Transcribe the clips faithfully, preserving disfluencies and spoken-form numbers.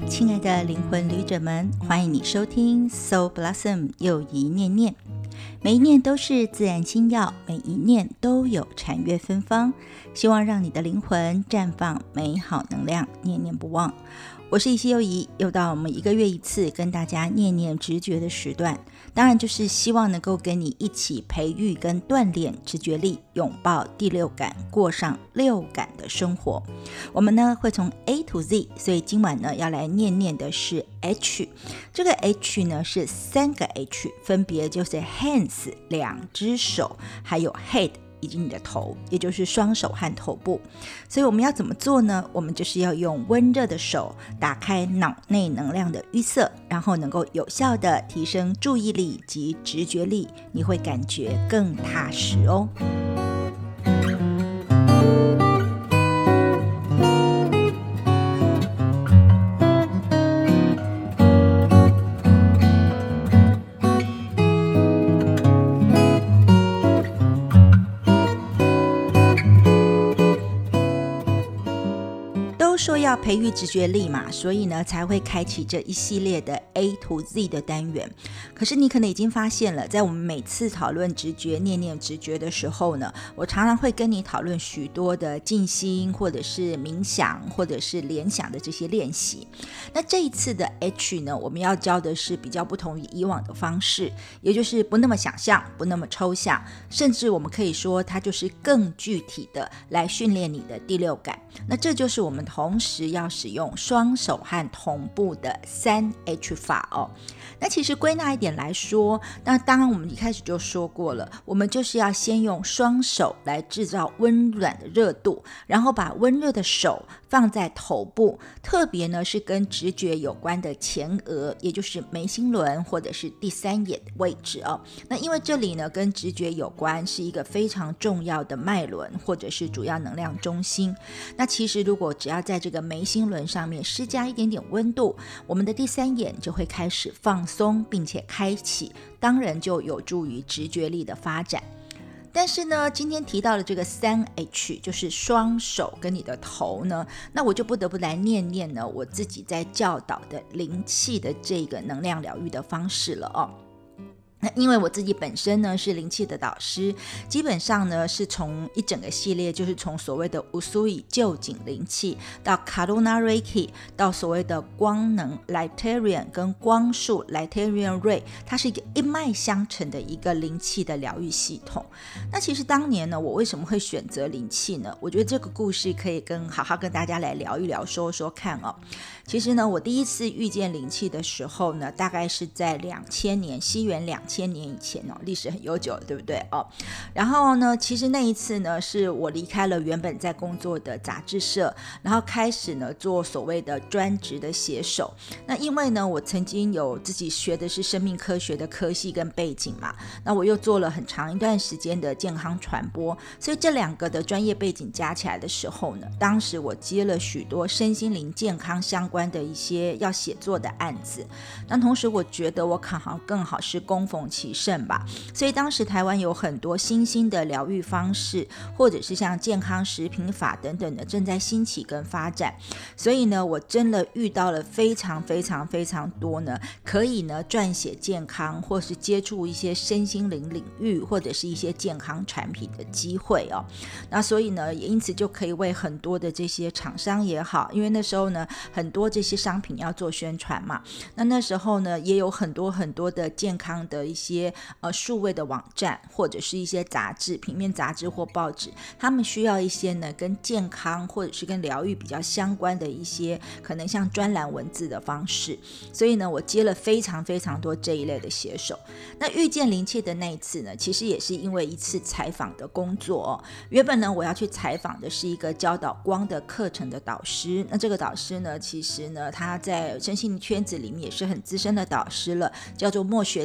亲爱的灵魂旅者们，欢迎你收听 Soul Blossom 又一念念。每一念都是自然心药，每一念都有禅悦芬芳，希望让你的灵魂绽放美好能量，念念不忘。我是一夕又一，又到我们一个月一次跟大家念念直觉的时段，当然就是希望能够跟你一起培育跟锻炼直觉力，拥抱第六感，过上六感的生活。我们呢会从 A to Z， 所以今晚呢要来念念的是 H。 这个 H 呢是三个 H， 分别就是 hands 两只手，还有 head以及你的头，也就是双手和头部。所以我们要怎么做呢？我们就是要用温热的手打开脑内能量的淤塞，然后能够有效的提升注意力及直觉力，你会感觉更踏实哦。说要培育直觉力嘛，所以呢才会开启这一系列的 A to Z 的单元。可是你可能已经发现了，在我们每次讨论直觉、念念直觉的时候呢，我常常会跟你讨论许多的静心或者是冥想或者是联想的这些练习。那这一次的 H 呢，我们要教的是比较不同于以往的方式，也就是不那么想象，不那么抽象，甚至我们可以说它就是更具体的来训练你的第六感。那这就是我们同时要使用双手和同步的三 H 法哦。那其实归纳一点来说，那当然我们一开始就说过了，我们就是要先用双手来制造温暖的热度，然后把温热的手放在头部，特别呢是跟直觉有关的前额，也就是眉心轮或者是第三眼的位置哦。那因为这里呢跟直觉有关，是一个非常重要的脉轮或者是主要能量中心。那其实如果只要在这个眉心轮上面施加一点点温度，我们的第三眼就会开始放松并且开启，当然就有助于直觉力的发展。但是呢，今天提到的这个三 H 就是双手跟你的头呢，那我就不得不来念念呢我自己在教导的灵气的这个能量疗愈的方式了哦。因为我自己本身呢是灵气的导师，基本上呢是从一整个系列，就是从所谓的乌苏以旧景灵气到卡鲁纳瑞基，到所谓的光能 Lighterian 跟光束 Lighterian Ray， 它是一个一脉相承的一个灵气的疗愈系统。那其实当年呢，我为什么会选择灵气呢？我觉得这个故事可以跟好好跟大家来聊一聊，说说看哦。其实呢，我第一次遇见灵气的时候呢，大概是在两千年，西元两千年以前哦，历史很悠久，对不对哦？然后呢，其实那一次呢，是我离开了原本在工作的杂志社，然后开始呢做所谓的专职的写手。那因为呢，我曾经有自己学的是生命科学的科系跟背景嘛，那我又做了很长一段时间的健康传播，所以这两个的专业背景加起来的时候呢，当时我接了许多身心灵健康相关的一些要写作的案子。那同时我觉得我可能更好是供逢其盛吧，所以当时台湾有很多新兴的疗愈方式，或者是像健康食品法等等的正在兴起跟发展。所以呢，我真的遇到了非常非常非常多呢，可以呢撰写健康或是接触一些身心灵领域或者是一些健康产品的机会哦。那所以呢，也因此就可以为很多的这些厂商也好，因为那时候呢很多这些商品要做宣传嘛，那那时候呢也有很多很多的健康的一些呃数位的网站或者是一些杂志，平面杂志或报纸，他们需要一些呢跟健康或者是跟疗愈比较相关的一些可能像专栏文字的方式。所以呢，我接了非常非常多这一类的写手。那遇见灵气的那一次呢，其实也是因为一次采访的工作哦。原本呢，我要去采访的是一个教导光的课程的导师。那这个导师呢，其实呢，他在身心灵圈子里面也是很资深的导师了，叫做莫学子导师。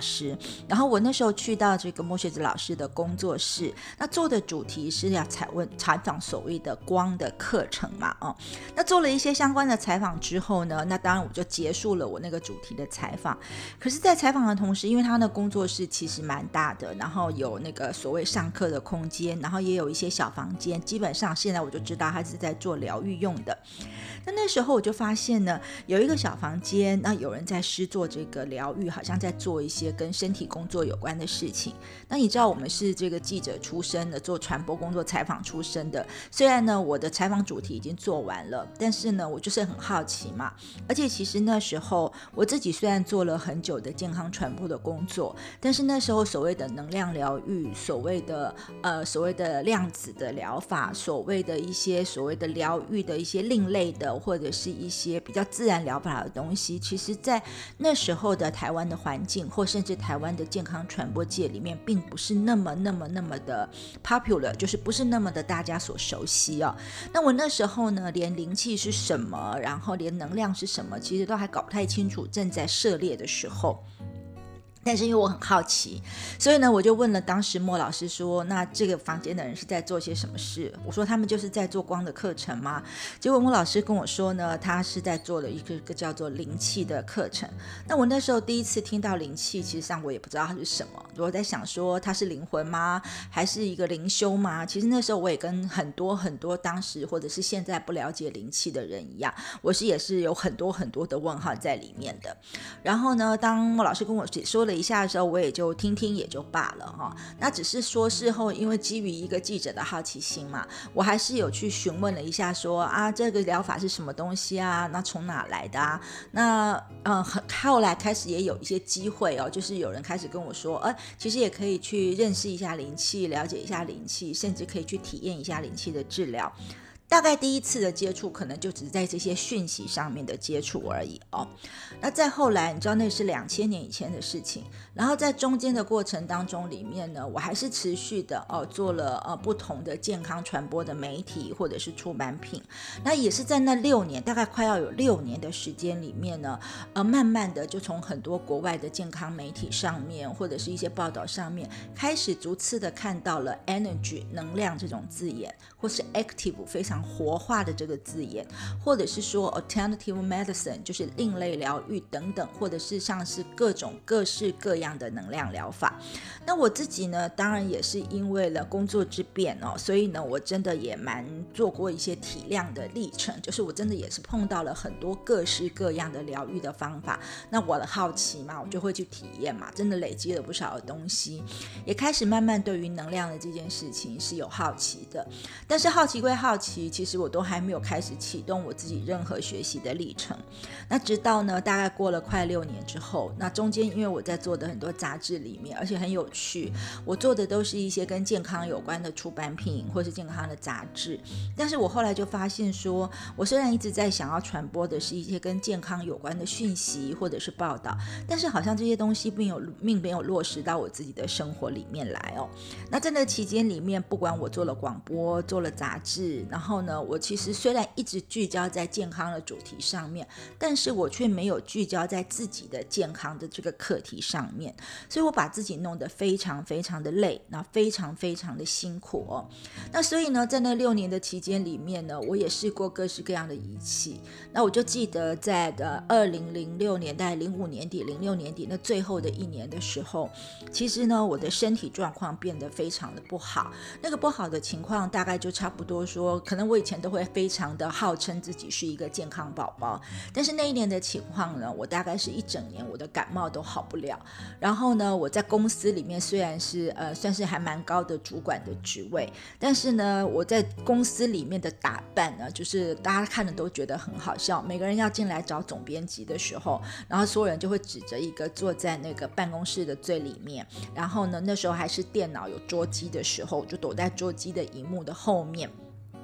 师，然后我那时候去到这个莫雪子老师的工作室，那做的主题是要采问采访所谓的光的课程嘛，哦，那做了一些相关的采访之后呢，那当然我就结束了我那个主题的采访。可是在采访的同时，因为他的工作室其实蛮大的，然后有那个所谓上课的空间，然后也有一些小房间，基本上现在我就知道他是在做疗愈用的。那那时候我就发现呢，有一个小房间，那有人在施做这个疗愈，好像在做一些跟身体工作有关的事情。那你知道我们是这个记者出身的，做传播工作采访出身的，虽然呢我的采访主题已经做完了，但是呢我就是很好奇嘛。而且其实那时候我自己虽然做了很久的健康传播的工作，但是那时候所谓的能量疗愈，所谓的呃所谓的量子的疗法，所谓的一些所谓的疗愈的一些另类的，或者是一些比较自然疗法的东西，其实在那时候的台湾的环境，或甚至台湾的健康传播界里面，并不是那么那么那么的 popular， 就是不是那么的大家所熟悉哦。那我那时候呢，连灵气是什么，然后连能量是什么，其实都还搞不太清楚，正在涉猎的时候。但是因为我很好奇，所以呢我就问了当时莫老师说，那这个房间的人是在做些什么事？我说他们就是在做光的课程吗？结果莫老师跟我说呢，他是在做了一个, 一个叫做灵气的课程。那我那时候第一次听到灵气，其实上我也不知道它是什么，我在想说它是灵魂吗？还是一个灵修吗？其实那时候我也跟很多很多当时或者是现在不了解灵气的人一样，我是也是有很多很多的问号在里面的。然后呢，当莫老师跟我解说了一下的时候，我也就听听也就罢了哈。那只是说事后，因为基于一个记者的好奇心嘛，我还是有去询问了一下说啊，这个疗法是什么东西啊？那从哪来的啊？那嗯，后来开始也有一些机会哦，就是有人开始跟我说，呃，其实也可以去认识一下灵气，了解一下灵气，甚至可以去体验一下灵气的治疗。大概第一次的接触可能就只是在这些讯息上面的接触而已哦。那再后来你知道那是两千年以前的事情，然后在中间的过程当中里面呢，我还是持续的哦做了呃不同的健康传播的媒体或者是出版品。那也是在那六年，大概快要有六年的时间里面呢，呃慢慢的就从很多国外的健康媒体上面或者是一些报道上面，开始逐次的看到了 energy 能量这种字眼，或是 active 非常活化的这个字眼，或者是说 alternative medicine 就是另类疗愈等等，或者是像是各种各式各样的能量疗法。那我自己呢，当然也是因为了工作之便哦，所以呢我真的也蛮做过一些体谅的历程，就是我真的也是碰到了很多各式各样的疗愈的方法。那我的好奇嘛，我就会去体验嘛，真的累积了不少的东西，也开始慢慢对于能量的这件事情是有好奇的。但是好奇归好奇，其实我都还没有开始启动我自己任何学习的历程。那直到呢大概过了快六年之后，那中间因为我在做的很多杂志里面，而且很有趣，我做的都是一些跟健康有关的出版品或是健康的杂志。但是我后来就发现说，我虽然一直在想要传播的是一些跟健康有关的讯息或者是报道，但是好像这些东西并有并没有落实到我自己的生活里面来哦。那在那期间里面，不管我做了广播，做了杂志，然后呢我其实虽然一直聚焦在健康的主题上面，但是我却没有聚焦在自己的健康的这个课题上面，所以我把自己弄得非常非常的累，那非常非常的辛苦哦。那所以呢在那六年的期间里面呢，我也试过各式各样的仪器。那我就记得在的二零零六年，大概零五年底零六年底那最后的一年的时候，其实呢我的身体状况变得非常的不好。那个不好的情况大概就差不多说，可能我以前都会非常的号称自己是一个健康宝宝，但是那一年的情况呢，我大概是一整年我的感冒都好不了。然后呢我在公司里面虽然是呃算是还蛮高的主管的职位，但是呢我在公司里面的打扮呢，就是大家看了都觉得很好笑。每个人要进来找总编辑的时候，然后所有人就会指着一个坐在那个办公室的最里面，然后呢那时候还是电脑有桌机的时候，就躲在桌机的荧幕的后面，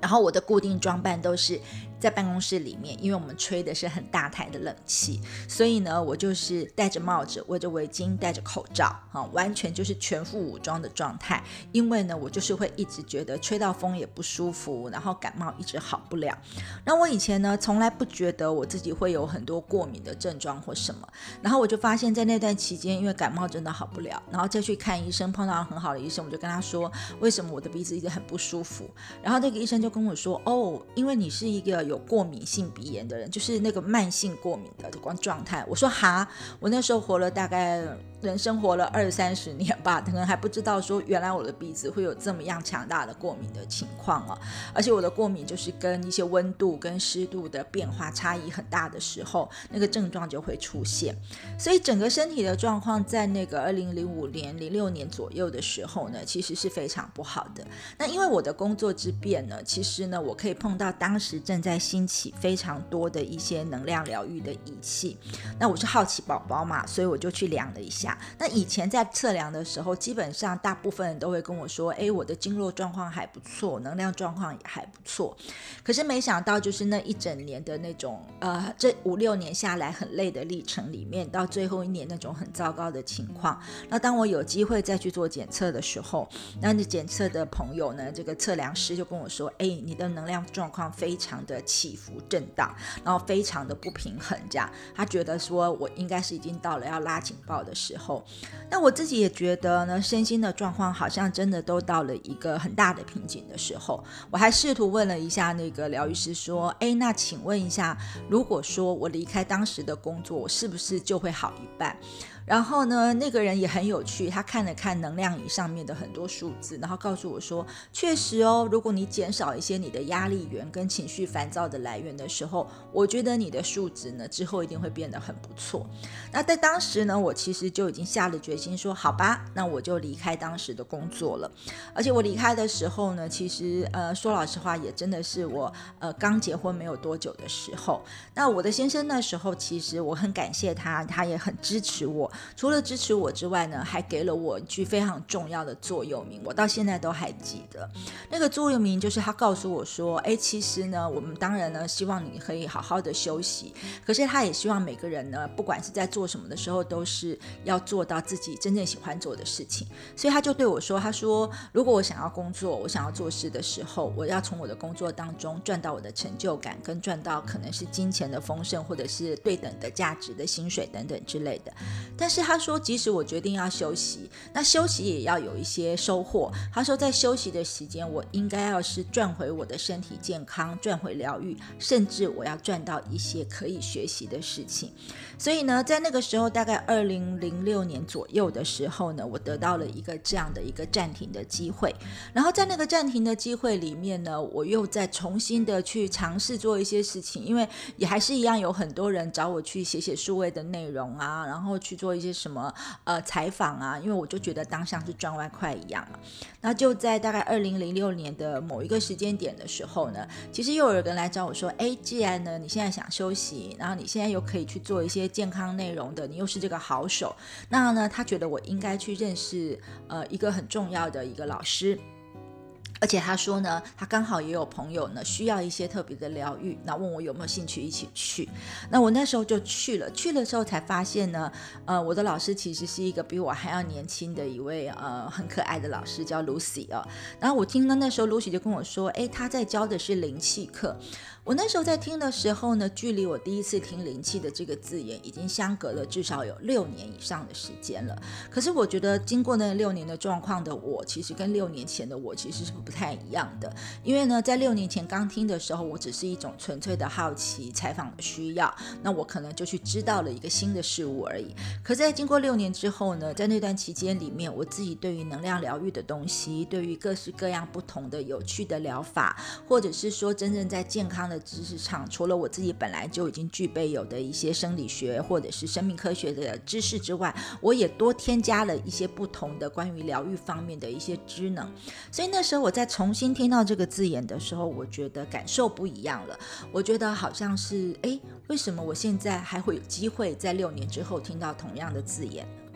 然后我的固定装扮都是在办公室里面，因为我们吹的是很大台的冷气，所以呢我就是戴着帽子，围着围巾，戴着口罩、啊、完全就是全副武装的状态。因为呢我就是会一直觉得吹到风也不舒服，然后感冒一直好不了。那我以前呢从来不觉得我自己会有很多过敏的症状或什么，然后我就发现在那段期间，因为感冒真的好不了，然后再去看医生，碰到很好的医生，我就跟他说为什么我的鼻子一直很不舒服，然后那个医生就跟我说，哦，因为你是一个有过敏性鼻炎的人，就是那个慢性过敏的状态。我说哈，我那时候活了大概人生活了二三十年吧，可能还不知道说原来我的鼻子会有这么样强大的过敏的情况哦。而且我的过敏就是跟一些温度跟湿度的变化差异很大的时候，那个症状就会出现。所以整个身体的状况在那个二零零五年零六年左右的时候呢，其实是非常不好的。那因为我的工作之便呢，其实呢我可以碰到当时正在兴起非常多的一些能量疗愈的仪器。那我是好奇宝宝嘛，所以我就去量了一下。那以前在测量的时候，基本上大部分人都会跟我说，哎，我的经络状况还不错，能量状况也还不错。可是没想到就是那一整年的那种呃，这五六年下来很累的历程里面，到最后一年那种很糟糕的情况。那当我有机会再去做检测的时候，那你检测的朋友呢，这个测量师就跟我说，哎，你的能量状况非常的起伏震荡，然后非常的不平衡，这样他觉得说我应该是已经到了要拉警报的时候。那我自己也觉得呢，身心的状况好像真的都到了一个很大的瓶颈的时候。我还试图问了一下那个疗愈师说，哎，那请问一下，如果说我离开当时的工作，我是不是就会好一半？然后呢，那个人也很有趣，他看了看能量仪上面的很多数字，然后告诉我说，确实哦，如果你减少一些你的压力源跟情绪烦躁的来源的时候，我觉得你的数值呢之后一定会变得很不错。那在当时呢，我其实就已经下了决心说，好吧，那我就离开当时的工作了。而且我离开的时候呢，其实呃说老实话，也真的是我呃刚结婚没有多久的时候。那我的先生那时候其实我很感谢他，他也很支持我。除了支持我之外呢，还给了我一句非常重要的座右铭，我到现在都还记得。那个座右铭就是他告诉我说，哎，其实呢，我们当然呢希望你可以好好的休息，可是他也希望每个人呢，不管是在做什么的时候，都是要做到自己真正喜欢做的事情。所以他就对我说，他说，如果我想要工作，我想要做事的时候，我要从我的工作当中赚到我的成就感，跟赚到可能是金钱的丰盛，或者是对等的价值的薪水等等之类的。但是他说，即使我决定要休息，那休息也要有一些收获。他说，在休息的时间，我应该要是赚回我的身体健康，赚回疗愈，甚至我要赚到一些可以学习的事情。所以呢，在那个时候，大概二零零六年左右的时候呢，我得到了一个这样的一个暂停的机会。然后在那个暂停的机会里面呢，我又再重新的去尝试做一些事情，因为也还是一样有很多人找我去写写数位的内容啊，然后去做一些什么呃采访啊，因为我就觉得当像是赚外快一样嘛。那就在大概二零零六年的某一个时间点的时候呢，其实又有人来找我说，哎，既然呢你现在想休息，然后你现在又可以去做一些健康内容的，你又是这个好手，那呢他觉得我应该去认识呃一个很重要的一个老师。而且他说呢，他刚好也有朋友呢需要一些特别的疗愈，那问我有没有兴趣一起去。那我那时候就去了，去了之后才发现呢，呃，我的老师其实是一个比我还要年轻的一位呃很可爱的老师，叫 Lucy 哦。然后我听到那时候 Lucy 就跟我说，哎，他在教的是灵气课。我那时候在听的时候呢，距离我第一次听灵气的这个字眼已经相隔了至少有六年以上的时间了。可是我觉得经过那六年的状况的我，其实跟六年前的我其实是不太一样的。因为呢，在六年前刚听的时候，我只是一种纯粹的好奇、采访的需要，那我可能就去知道了一个新的事物而已。可是在经过六年之后呢，在那段期间里面，我自己对于能量疗愈的东西，对于各式各样不同的有趣的疗法，或者是说真正在健康的知识上，除了我自己本来就已经具备有的一些生理学或者是生命科学的知识之外，我也多添加了一些不同的关于疗愈方面的一些知能。所以那时候我在重新听到这个字眼的时候，我觉得感受不一样了。我觉得好像是，诶，为什么我现在还会有机会在六年之后听到同样的字眼？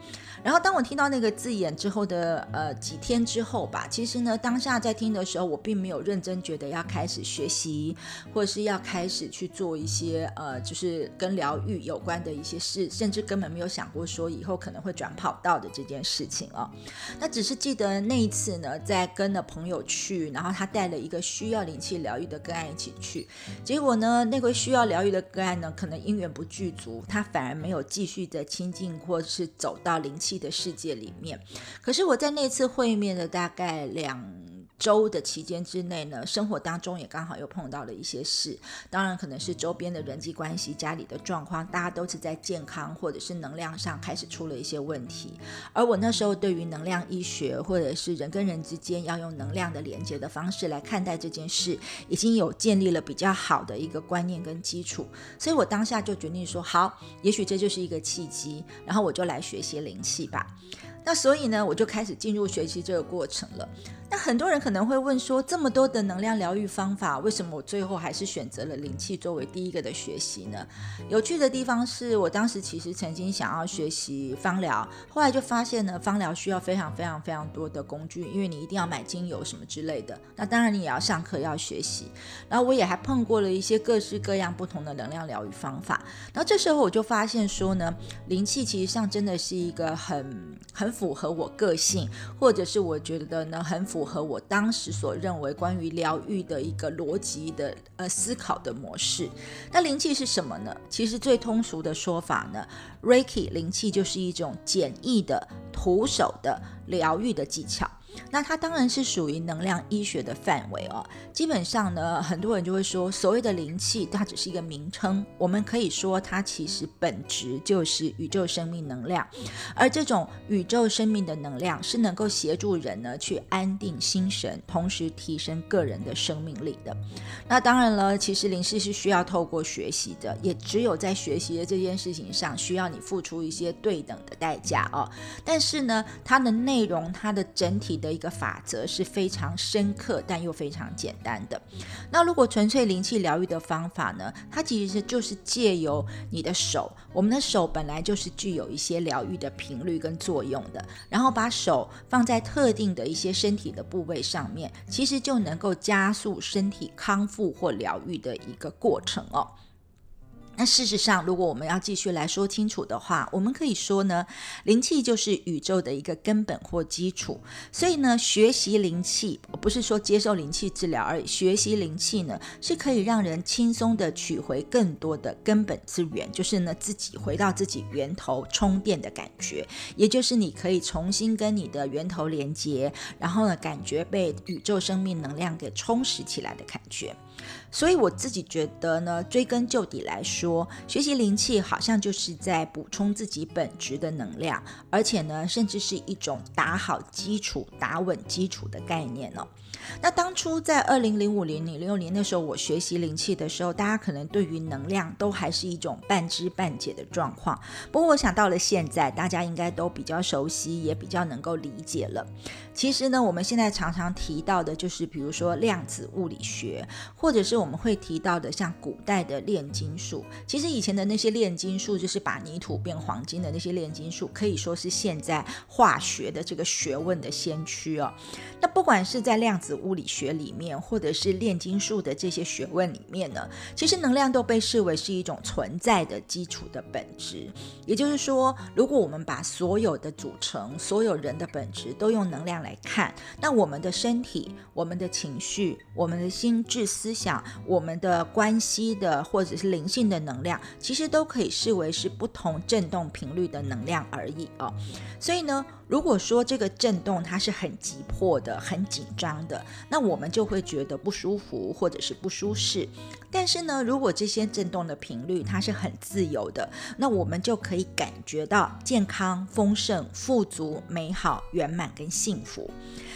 然后当我听到那个字眼之后的呃几天之后吧，其实呢当下在听的时候，我并没有认真觉得要开始学习，或者是要开始去做一些呃就是跟疗愈有关的一些事，甚至根本没有想过说以后可能会转跑道的这件事情哦。那只是记得那一次呢，在跟了朋友去，然后他带了一个需要灵气疗愈的个案一起去，结果呢那个需要疗愈的个案呢，可能因缘不具足，他反而没有继续的亲近或是走到灵气的世界里面。可是我在那次会面的大概两周的期间之内呢，生活当中也刚好又碰到了一些事，当然可能是周边的人际关系、家里的状况，大家都是在健康或者是能量上开始出了一些问题。而我那时候对于能量医学或者是人跟人之间要用能量的连接的方式来看待这件事，已经有建立了比较好的一个观念跟基础，所以我当下就决定说，好，也许这就是一个契机，然后我就来学习灵气吧。那所以呢，我就开始进入学习这个过程了。那很多人可能会问说，这么多的能量疗愈方法，为什么我最后还是选择了灵气作为第一个的学习呢？有趣的地方是，我当时其实曾经想要学习芳疗，后来就发现呢，芳疗需要非常非常非常多的工具，因为你一定要买精油什么之类的，那当然你也要上课要学习。然后我也还碰过了一些各式各样不同的能量疗愈方法，然后这时候我就发现说呢，灵气其实上真的是一个很很符合我个性，或者是我觉得呢很符合我当时所认为关于疗愈的一个逻辑的呃思考的模式。那灵气是什么呢？其实最通俗的说法呢， Reiki 灵气就是一种简易的徒手的疗愈的技巧。那它当然是属于能量医学的范围哦。基本上呢，很多人就会说，所谓的灵气它只是一个名称，我们可以说它其实本质就是宇宙生命能量，而这种宇宙生命的能量是能够协助人呢去安定心神，同时提升个人的生命力的。那当然了，其实灵气是需要透过学习的，也只有在学习的这件事情上需要你付出一些对等的代价哦。但是呢，它的内容，它的整体的一个法则是非常深刻但又非常简单的。那如果纯粹灵气疗愈的方法呢，它其实就是借由你的手，我们的手本来就是具有一些疗愈的频率跟作用的，然后把手放在特定的一些身体的部位上面，其实就能够加速身体康复或疗愈的一个过程哦。那事实上，如果我们要继续来说清楚的话，我们可以说呢，灵气就是宇宙的一个根本或基础。所以呢，学习灵气不是说接受灵气治疗而已，学习灵气呢是可以让人轻松的取回更多的根本资源，就是呢自己回到自己源头充电的感觉，也就是你可以重新跟你的源头连接，然后呢感觉被宇宙生命能量给充实起来的感觉。所以我自己觉得呢，追根究底来说，学习灵气好像就是在补充自己本质的能量，而且呢，甚至是一种打好基础、打稳基础的概念哦。那当初在二零零五年、零六年那时候，我学习灵气的时候，大家可能对于能量都还是一种半知半解的状况。不过我想到了现在，大家应该都比较熟悉，也比较能够理解了。其实呢，我们现在常常提到的就是比如说量子物理学，或者是我们会提到的像古代的炼金术。其实以前的那些炼金术，就是把泥土变黄金的那些炼金术，可以说是现在化学的这个学问的先驱哦。那不管是在量子物理学里面，或者是炼金术的这些学问里面呢，其实能量都被视为是一种存在的基础的本质。也就是说，如果我们把所有的组成，所有人的本质都用能量来看，那我们的身体、我们的情绪、我们的心智思想、我们的关系的或者是灵性的能量，其实都可以视为是不同振动频率的能量而已哦。所以呢，如果说这个振动它是很急迫的、很紧张的，那我们就会觉得不舒服或者是不舒适。但是呢，如果这些振动的频率它是很自由的，那我们就可以感觉到健康、丰盛、富足、美好、圆满跟幸福。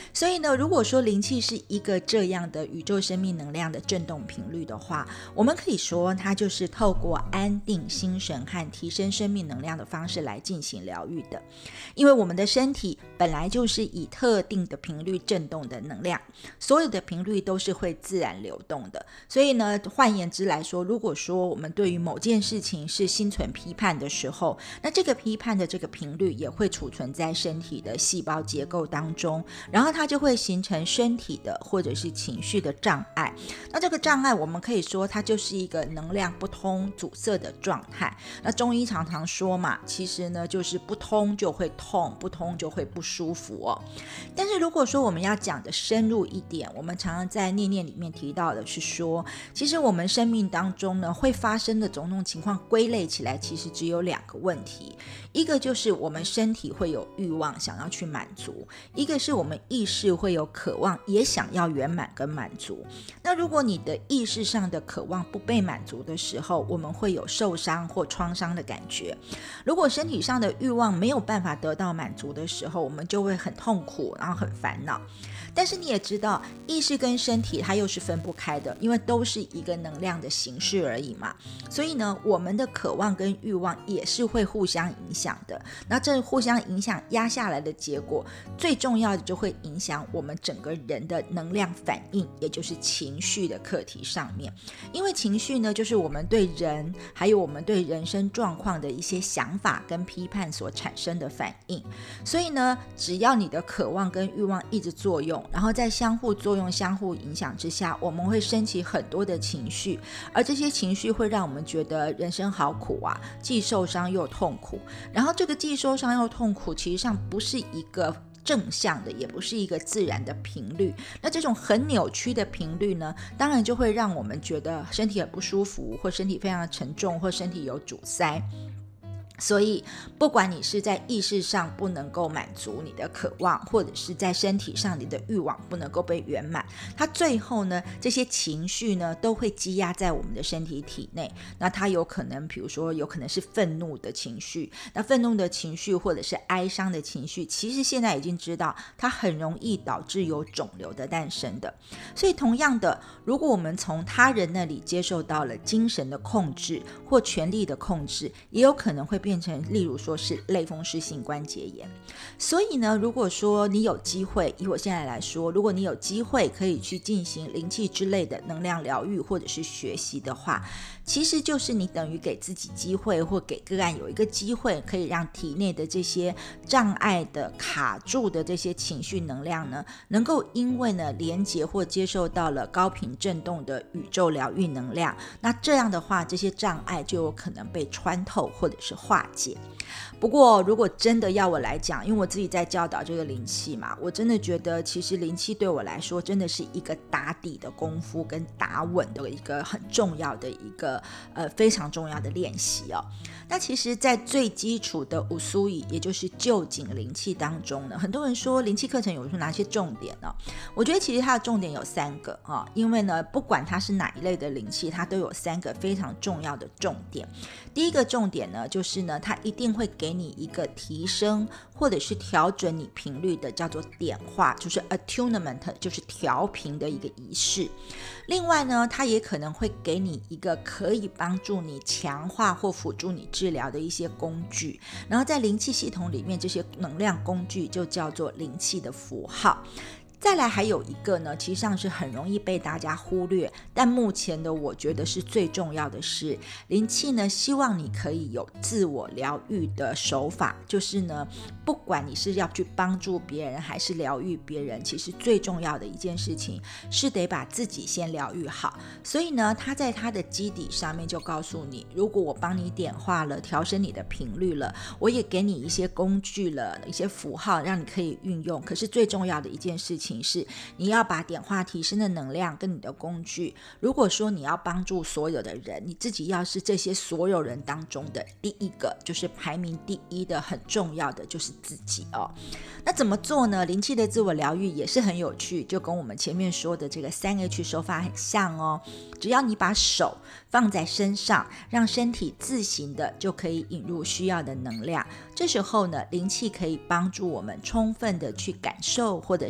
所以呢，如果说灵气是一个这样的宇宙生命能量的振动频率的话，我们可以说它就是透过安定心神和提升生命能量的方式来进行疗愈的。因为我们的身体本来就是以特定的频率振动的能量，所有的频率都是会自然流动的。所以呢，换言之来说，如果说我们对于某件事情是心存批判的时候，那这个批判的这个频率也会储存在身体的细胞结构当中，然后它就会形成身体的或者是情绪的障碍。那这个障碍我们可以说它就是一个能量不通阻塞的状态。那中医常常说嘛，其实呢就是不通就会痛，不通就会不舒服哦。但是如果说我们要讲的深入一点，我们常常在念念里面提到的是说，其实我们生命当中呢会发生的种种情况归类起来其实只有两个问题，一个就是我们身体会有欲望想要去满足，一个是我们意识会有渴望也想要圆满跟满足。那如果你的意识上的渴望不被满足的时候，我们会有受伤或创伤的感觉。如果身体上的欲望没有办法得到满足的时候，我们就会很痛苦，然后很烦恼。但是你也知道，意识跟身体它又是分不开的，因为都是一个能量的形式而已嘛。所以呢，我们的渴望跟欲望也是会互相影响的。那这互相影响压下来的结果，最重要的就会影响我们整个人的能量反应，也就是情绪的课题上面。因为情绪呢，就是我们对人还有我们对人生状况的一些想法跟批判所产生的反应。所以呢，只要你的渴望跟欲望一直作用，然后在相互作用相互影响之下，我们会升起很多的情绪，而这些情绪会让我们觉得人生好苦啊，既受伤又痛苦。然后这个既受伤又痛苦其实上不是一个正向的，也不是一个自然的频率。那这种很扭曲的频率呢，当然就会让我们觉得身体很不舒服，或身体非常的沉重，或身体有阻塞。所以不管你是在意识上不能够满足你的渴望，或者是在身体上你的欲望不能够被圆满，它最后呢，这些情绪呢都会积压在我们的身体体内。那它有可能比如说有可能是愤怒的情绪，那愤怒的情绪或者是哀伤的情绪，其实现在已经知道它很容易导致有肿瘤的诞生的。所以同样的，如果我们从他人那里接受到了精神的控制或权力的控制，也有可能会变变成例如说是类风湿性关节炎。所以呢，如果说你有机会，以我现在来说，如果你有机会可以去进行灵气之类的能量疗愈或者是学习的话，其实就是你等于给自己机会，或给个案有一个机会，可以让体内的这些障碍的卡住的这些情绪能量呢，能够因为呢连接或接受到了高频振动的宇宙疗愈能量，那这样的话，这些障碍就有可能被穿透或者是化解。不过如果真的要我来讲，因为我自己在教导这个灵气嘛，我真的觉得其实灵气对我来说真的是一个打底的功夫跟打稳的一个很重要的一个呃非常重要的练习哦。那其实在最基础的五苏语，也就是臼井灵气当中呢，很多人说灵气课程有说哪些重点呢？我觉得其实它的重点有三个啊，因为呢不管它是哪一类的灵气，它都有三个非常重要的重点。第一个重点呢，就是呢它一定会给你一个提升或者是调整你频率的叫做点化，就是 attunement， 就是调频的一个仪式。另外呢，它也可能会给你一个可以帮助你强化或辅助你治疗的一些工具，然后在灵气系统里面，这些能量工具就叫做灵气的符号。再来还有一个呢，其实上是很容易被大家忽略，但目前的我觉得是最重要的是，灵气呢希望你可以有自我疗愈的手法，就是呢不管你是要去帮助别人还是疗愈别人，其实最重要的一件事情是得把自己先疗愈好。所以呢，他在他的基底上面就告诉你，如果我帮你点化了，调升你的频率了，我也给你一些工具了，一些符号让你可以运用，可是最重要的一件事情是你要把点化提升的能量跟你的工具，如果说你要帮助所有的人，你自己要是这些所有人当中的第一个，就是排名第一的，很重要的就是自己哦。那怎么做呢？灵气的自我疗愈也是很有趣，就跟我们前面说的这个 三 H 手法很像哦。只要你把手放在身上，让身体自行的就可以引入需要的能量，这时候呢，灵气可以帮助我们充分的去感受或者是感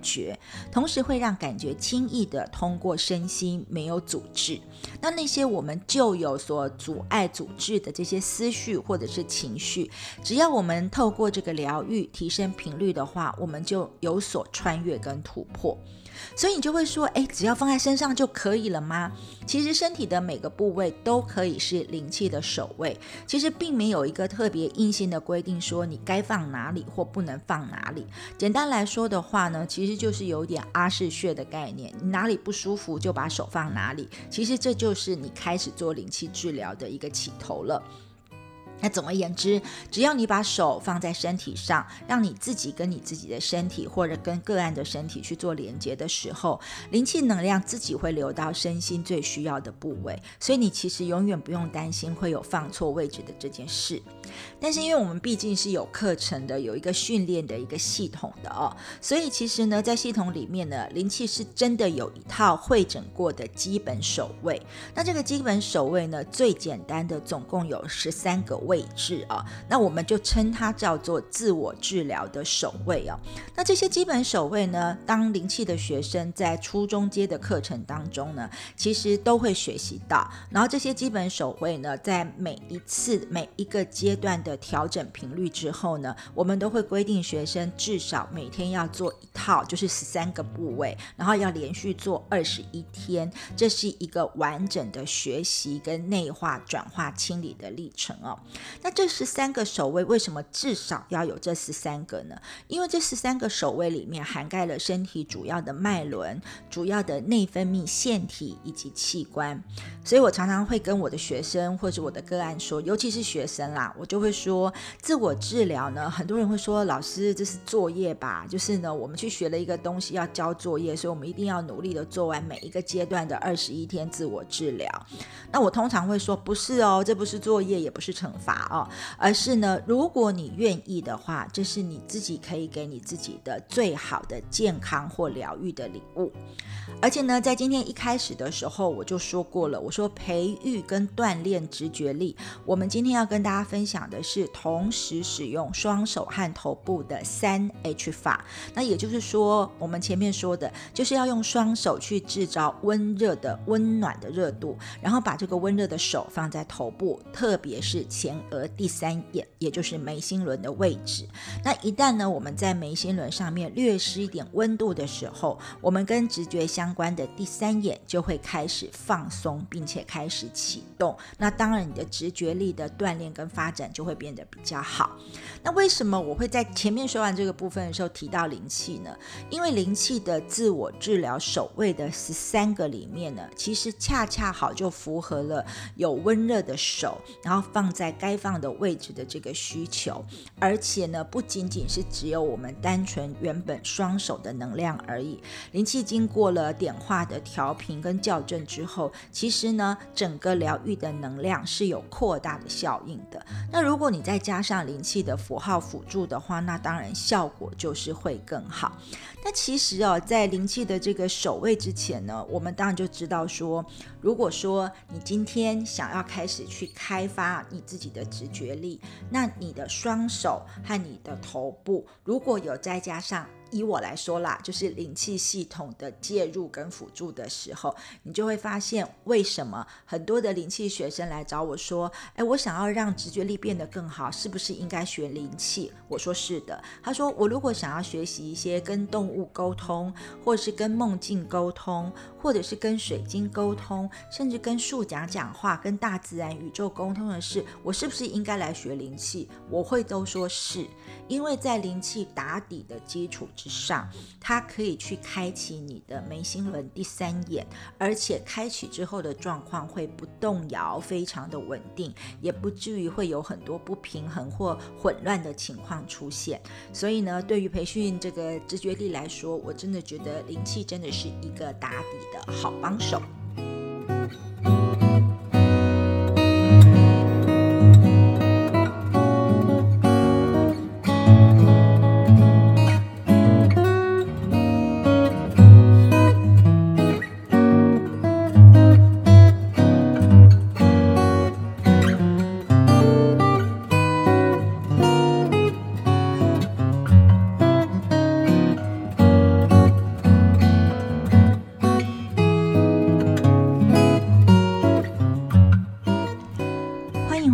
觉，同时会让感觉轻易的通过身心，没有阻滞。那那些我们就有所阻碍阻滞的这些思绪或者是情绪，只要我们透过这个疗愈提升频率的话，我们就有所穿越跟突破。所以你就会说，诶，只要放在身上就可以了吗？其实身体的每个部位都可以是灵气的守卫，其实并没有一个特别硬性的规定说你该放哪里或不能放哪里。简单来说的话呢，其实就是有点阿是穴的概念，你哪里不舒服就把手放哪里，其实这就是你开始做灵气治疗的一个起头了。那总而言之，只要你把手放在身体上，让你自己跟你自己的身体或者跟个案的身体去做连接的时候，灵气能量自己会流到身心最需要的部位，所以你其实永远不用担心会有放错位置的这件事。但是因为我们毕竟是有课程的，有一个训练的一个系统的哦，所以其实呢，在系统里面呢，灵气是真的有一套汇整过的基本手位。那这个基本手位呢，最简单的总共有十三个位置啊，那我们就称它叫做自我治疗的手位啊。那这些基本手位呢，当灵气的学生在初中阶的课程当中呢，其实都会学习到。然后这些基本手位呢，在每一次每一个阶段的调整频率之后呢，我们都会规定学生至少每天要做一套，就是十三个部位，然后要连续做二十一天，这是一个完整的学习跟内化转化清理的历程哦。那这十三个手位为什么至少要有这十三个呢？因为这十三个手位里面涵盖了身体主要的脉轮、主要的内分泌腺体以及器官。所以我常常会跟我的学生或者我的个案说，尤其是学生啦，我就会说，自我治疗呢，很多人会说，老师这是作业吧，就是呢我们去学了一个东西要交作业，所以我们一定要努力的做完每一个阶段的二十一天自我治疗。那我通常会说，不是哦，这不是作业，也不是惩罚哦，而是呢，如果你愿意的话，这是你自己可以给你自己的最好的健康或疗愈的礼物。而且呢，在今天一开始的时候我就说过了，我说培育跟锻炼直觉力，我们今天要跟大家分享的是同时使用双手和头部的三 H 法。那也就是说，我们前面说的就是要用双手去制造温热的温暖的热度，然后把这个温热的手放在头部，特别是前额第三眼，也就是眉心轮的位置。那一旦呢，我们在眉心轮上面略施一点温度的时候，我们跟直觉相关的第三眼就会开始放松，并且开始启动。那当然你的直觉力的锻炼跟发展就会变得比较好。那为什么我会在前面说完这个部分的时候提到灵气呢？因为灵气的自我治疗手位的十三个里面呢，其实恰恰好就符合了有温热的手，然后放在该放的位置的这个需求。而且呢，不仅仅是只有我们单纯原本双手的能量而已，灵气经过了点化的调频跟校正之后，其实呢，整个疗愈的能量是有扩大的效应的。那如果你再加上灵气的符号辅助的话，那当然效果就是会更好。那其实哦，在灵气的这个守卫之前呢，我们当然就知道说，如果说你今天想要开始去开发你自己的直觉力，那你的双手和你的头部如果有再加上，以我来说啦，就是灵气系统的介入跟辅助的时候，你就会发现为什么很多的灵气学生来找我说，哎，我想要让直觉力变得更好，是不是应该学灵气？我说是的。他说我如果想要学习一些跟动物沟通，或者是跟梦境沟通，或者是跟水晶沟通，甚至跟树讲讲话，跟大自然宇宙沟通的事，我是不是应该来学灵气？我会都说是，因为在灵气打底的基础之上，它可以去开启你的眉心轮第三眼，而且开启之后的状况会不动摇，非常的稳定，也不至于会有很多不平衡或混乱的情况出现。所以呢，对于培训这个直觉力来说，我真的觉得灵气真的是一个打底的好帮手。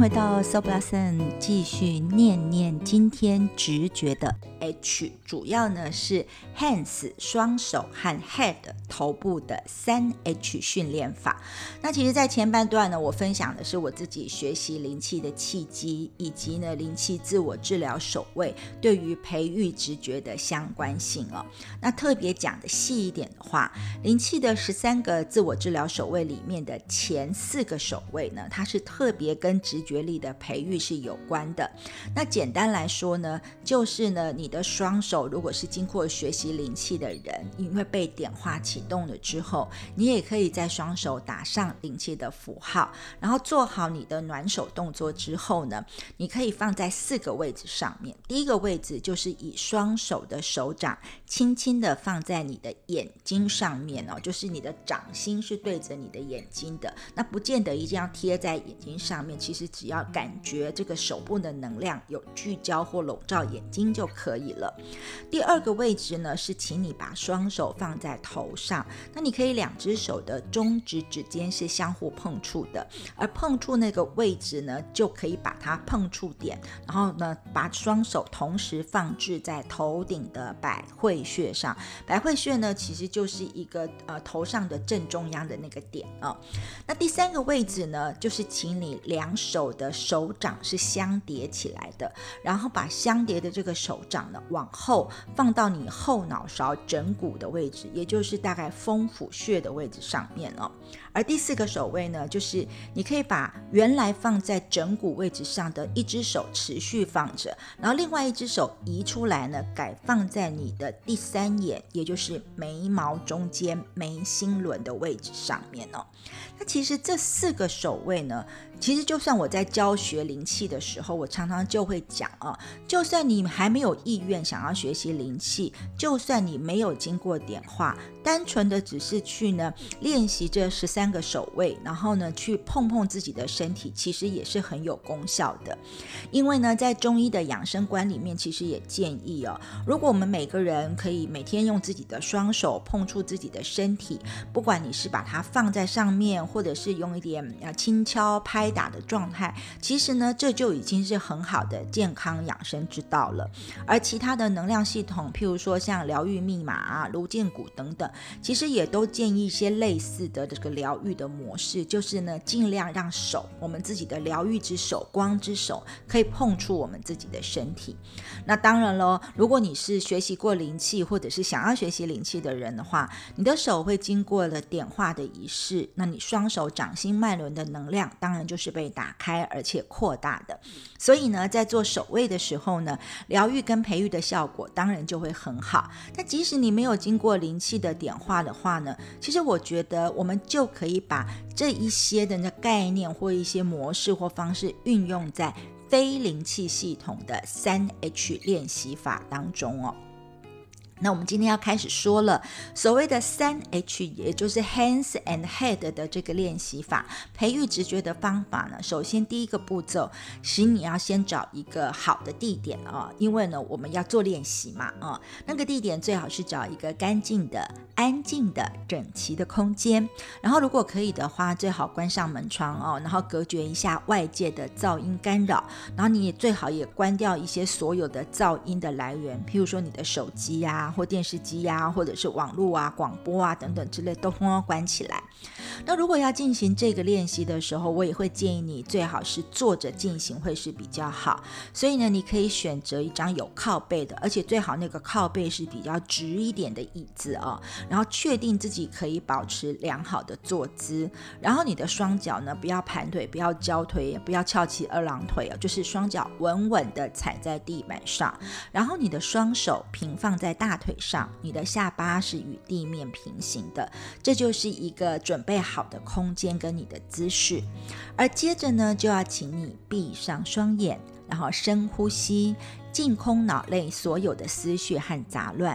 回到 Soul Blossom， 继续念念今天直觉的 H， 主要呢是 Hands 双手和 Head 头部的三 H 训练法。那其实在前半段呢，我分享的是我自己学习灵气的契机，以及呢灵气自我治疗手位对于培育直觉的相关性哦。那特别讲的细一点的话，灵气的十三个自我治疗手位里面的前四个手位呢，它是特别跟直觉力的培育是有关的。那简单来说呢，就是呢你的双手如果是经过学习灵气的人，因为被点化启动了之后，你也可以在双手打上灵气的符号，然后做好你的暖手动作之后呢，你可以放在四个位置上面。第一个位置就是以双手的手掌轻轻的放在你的眼睛上面哦，就是你的掌心是对着你的眼睛的，那不见得一定要贴在眼睛上面，其实只要感觉这个手部的能量有聚焦或笼罩眼睛就可以了。第二个位置呢，是请你把双手放在头上，那你可以两只手的中指指尖是相互碰触的，而碰触那个位置呢，就可以把它碰触点，然后呢把双手同时放置在头顶的百会穴上。百会穴呢，其实就是一个呃头上的正中央的那个点啊、哦。那第三个位置呢，就是请你两手的手掌是相叠起来的，然后把相叠的这个手掌呢往后放到你后脑勺枕骨的位置，也就是大概风府穴的位置上面哦。而第四个手位呢，就是你可以把原来放在枕骨位置上的一只手持续放着，然后另外一只手移出来呢，改放在你的第三眼，也就是眉毛中间眉心轮的位置上面哦。那其实这四个手位呢，其实就算我在教学灵气的时候，我常常就会讲啊，就算你还没有意愿想要学习灵气，就算你没有经过点化，单纯的只是去呢练习这十三个手位，然后呢去碰碰自己的身体，其实也是很有功效的。因为呢在中医的养生观里面，其实也建议哦，如果我们每个人可以每天用自己的双手碰触自己的身体，不管你是把它放在上面，或者是用一点轻敲拍打的状态，其实呢这就已经是很好的健康养生之道了。而其他的能量系统，譬如说像疗愈密码啊、颅剑骨等等，其实也都建议一些类似的这个疗愈的模式，就是呢尽量让手，我们自己的疗愈之手、光之手可以碰触我们自己的身体。那当然咯，如果你是学习过灵气或者是想要学习灵气的人的话，你的手会经过了点化的仪式，那你双手掌心脉轮的能量当然就是被打开而且扩大的。所以呢在做手位的时候呢，疗愈跟培育的效果当然就会很好。但即使你没有经过灵气的点化的话呢，其实我觉得我们就可以把这一些的概念或一些模式或方式运用在非灵气系统的三 H 练习法当中哦。那我们今天要开始说了，所谓的三 H 也就是 Hands and Head 的这个练习法，培育直觉的方法呢，首先第一个步骤是你要先找一个好的地点啊、哦，因为呢我们要做练习嘛啊、哦，那个地点最好是找一个干净的、安静的、整齐的空间，然后如果可以的话，最好关上门窗哦，然后隔绝一下外界的噪音干扰，然后你也最好也关掉一些所有的噪音的来源，譬如说你的手机啊或电视机啊，或者是网络啊、广播啊等等之类，都通通关起来。那如果要进行这个练习的时候，我也会建议你最好是坐着进行会是比较好。所以呢，你可以选择一张有靠背的，而且最好那个靠背是比较直一点的椅子哦，然后确定自己可以保持良好的坐姿。然后你的双脚呢，不要盘腿，不要交腿，也不要翘起二郎腿哦，就是双脚稳稳的踩在地板上。然后你的双手平放在大腿上，你的下巴是与地面平行的，这就是一个准备好的空间跟你的姿势。而接着呢，就要请你闭上双眼，然后深呼吸，净空脑内所有的思绪和杂乱。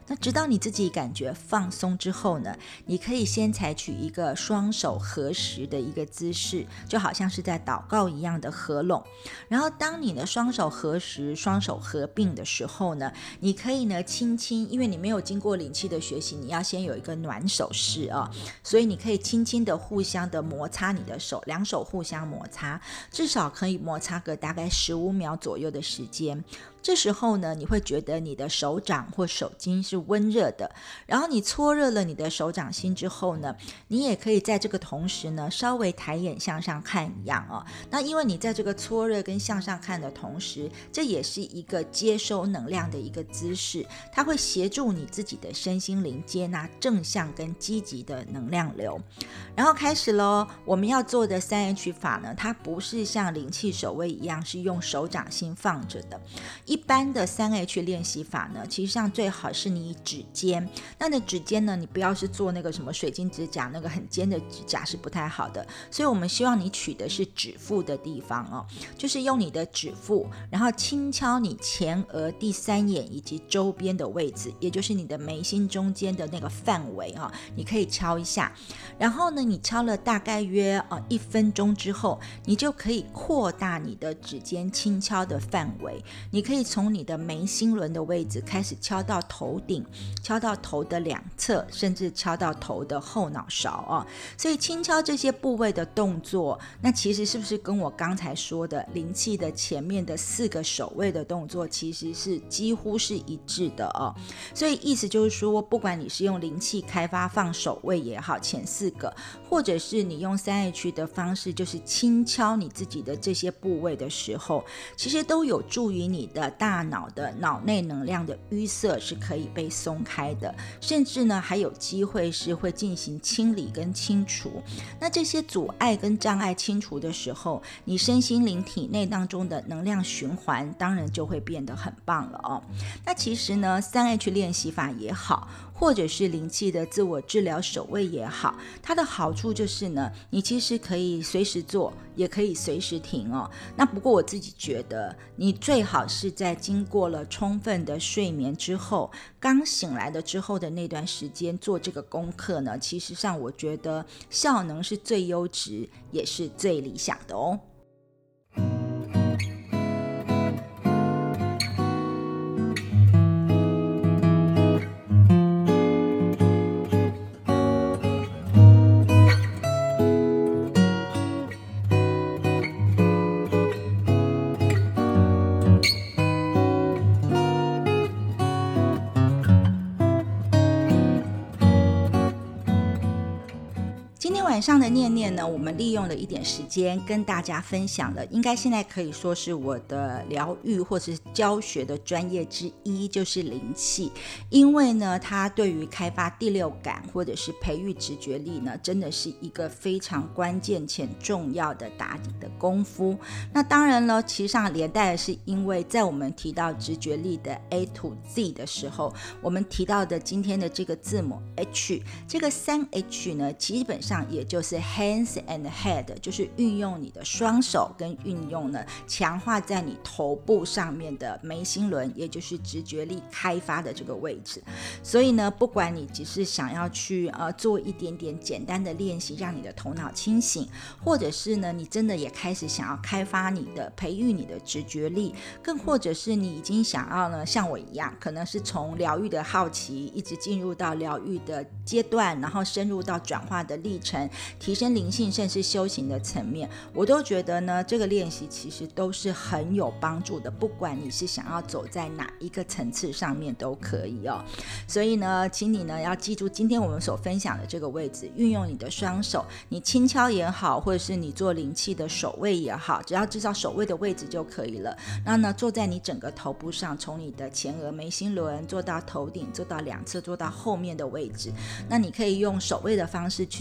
那直到你自己感觉放松之后呢，你可以先采取一个双手合十的一个姿势，就好像是在祷告一样的合拢。然后当你的双手合十，双手合并的时候呢，你可以呢轻轻，因为你没有经过灵气的学习，你要先有一个暖手势啊，所以你可以轻轻的互相的摩擦你的手，两手互相摩擦，至少可以摩擦个大概十五秒左右的时间。这时候呢，你会觉得你的手掌或手心是温热的，然后你搓热了你的手掌心之后呢，你也可以在这个同时呢，稍微抬眼向上看一样哦。那因为你在这个搓热跟向上看的同时，这也是一个接收能量的一个姿势，它会协助你自己的身心灵接纳正向跟积极的能量流。然后开始咯，我们要做的 三 H 法呢，它不是像灵气守卫一样是用手掌心放着的。一般的 三 H 练习法呢，其实上最好是你以指尖，那你的指尖呢，你不要是做那个什么水晶指甲，那个很尖的指甲是不太好的，所以我们希望你取的是指腹的地方哦，就是用你的指腹，然后轻敲你前额第三眼以及周边的位置，也就是你的眉心中间的那个范围啊、哦，你可以敲一下，然后呢，你敲了大概约呃一分钟之后，你就可以扩大你的指尖轻敲的范围，你可以从你的眉心轮的位置开始敲到头顶，敲到头的两侧，甚至敲到头的后脑勺哦。所以轻敲这些部位的动作，那其实是不是跟我刚才说的灵气的前面的四个手位的动作其实是几乎是一致的哦。所以意思就是说，不管你是用灵气开发放手位也好，前四个，或者是你用 三 H 的方式，就是轻敲你自己的这些部位的时候，其实都有助于你的大脑的脑内能量的淤塞是可以被松开的，甚至呢还有机会是会进行清理跟清除。那这些阻碍跟障碍清除的时候，你身心灵体内当中的能量循环当然就会变得很棒了哦。那其实呢 三 H 练习法也好，或者是灵气的自我治疗手位也好，它的好处就是呢，你其实可以随时做，也可以随时停哦。那不过我自己觉得，你最好是在经过了充分的睡眠之后，刚醒来的之后的那段时间做这个功课呢，其实上我觉得效能是最优质，也是最理想的哦。晚上的念念呢，我们利用了一点时间跟大家分享了，应该现在可以说是我的疗愈或是教学的专业之一，就是灵气。因为呢，它对于开发第六感或者是培育直觉力呢，真的是一个非常关键且重要的打底的功夫。那当然了，其实上连带的是因为在我们提到直觉力的 A to Z 的时候，我们提到的今天的这个字母 H， 这个 三 H 呢，基本上也就是 hands and head， 就是运用你的双手跟运用呢强化在你头部上面的眉心轮，也就是直觉力开发的这个位置。所以呢，不管你只是想要去呃做一点点简单的练习，让你的头脑清醒，或者是呢你真的也开始想要开发你的培育你的直觉力，更或者是你已经想要呢像我一样，可能是从疗愈的好奇一直进入到疗愈的阶段，然后深入到转化的历程，提升灵性甚至修行的层面，我都觉得呢这个练习其实都是很有帮助的，不管你是想要走在哪一个层次上面都可以哦。所以呢，请你呢要记住今天我们所分享的这个位置，运用你的双手，你轻敲也好，或者是你做灵气的手位也好，只要知道手位的位置就可以了。然后呢，坐在你整个头部上，从你的前额眉心轮做到头顶，做到两侧，做到后面的位置。那你可以用手位的方式去做，你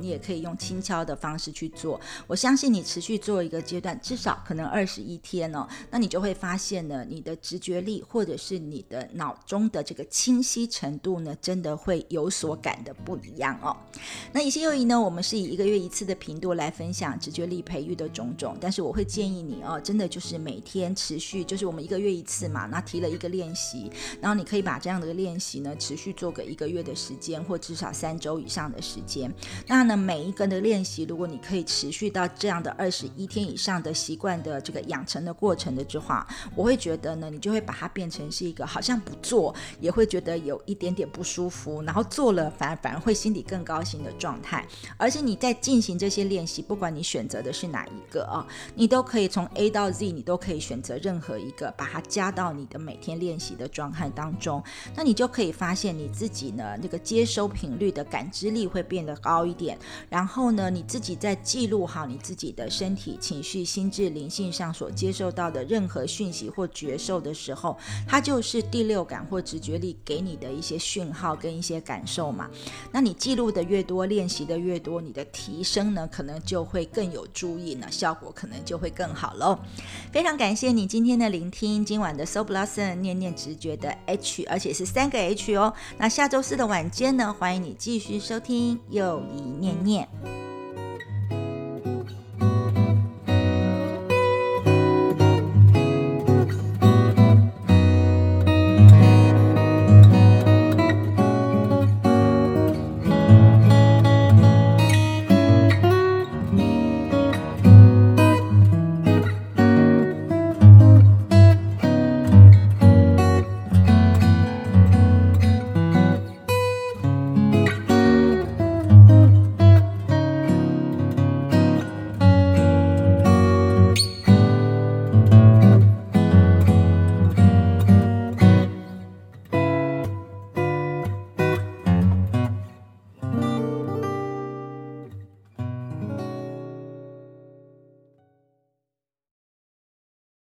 你也可以用轻巧的方式去做。我相信你持续做一个阶段，至少可能二十一天哦，那你就会发现呢，你的直觉力或者是你的脑中的这个清晰程度呢，真的会有所感的不一样哦。那以西柚仪呢，我们是以一个月一次的频度来分享直觉力培育的种种，但是我会建议你哦，真的就是每天持续，就是我们一个月一次嘛，那提了一个练习，然后你可以把这样的练习呢持续做个一个月的时间，或至少三周以上的时间。那呢，每一个的练习，如果你可以持续到这样的二十一天以上的习惯的这个养成的过程的之话，我会觉得呢，你就会把它变成是一个好像不做也会觉得有一点点不舒服，然后做了反而反而会心里更高兴的状态。而且你在进行这些练习，不管你选择的是哪一个啊，你都可以从 A 到 Z， 你都可以选择任何一个，把它加到你的每天练习的状态当中。那你就可以发现你自己呢，那个接收频率的感知力会变得高一点。然后呢，你自己在记录好你自己的身体、情绪、心智、灵性上所接受到的任何讯息或觉受的时候，它就是第六感或直觉力给你的一些讯号跟一些感受嘛。那你记录的越多，练习的越多，你的提升呢可能就会更有注意呢，效果可能就会更好咯。非常感谢你今天的聆听，今晚的 Soul Blossom 念念直觉的 H， 而且是三个 H 哦。那下周四的晚间呢，欢迎你继续收听又一念念。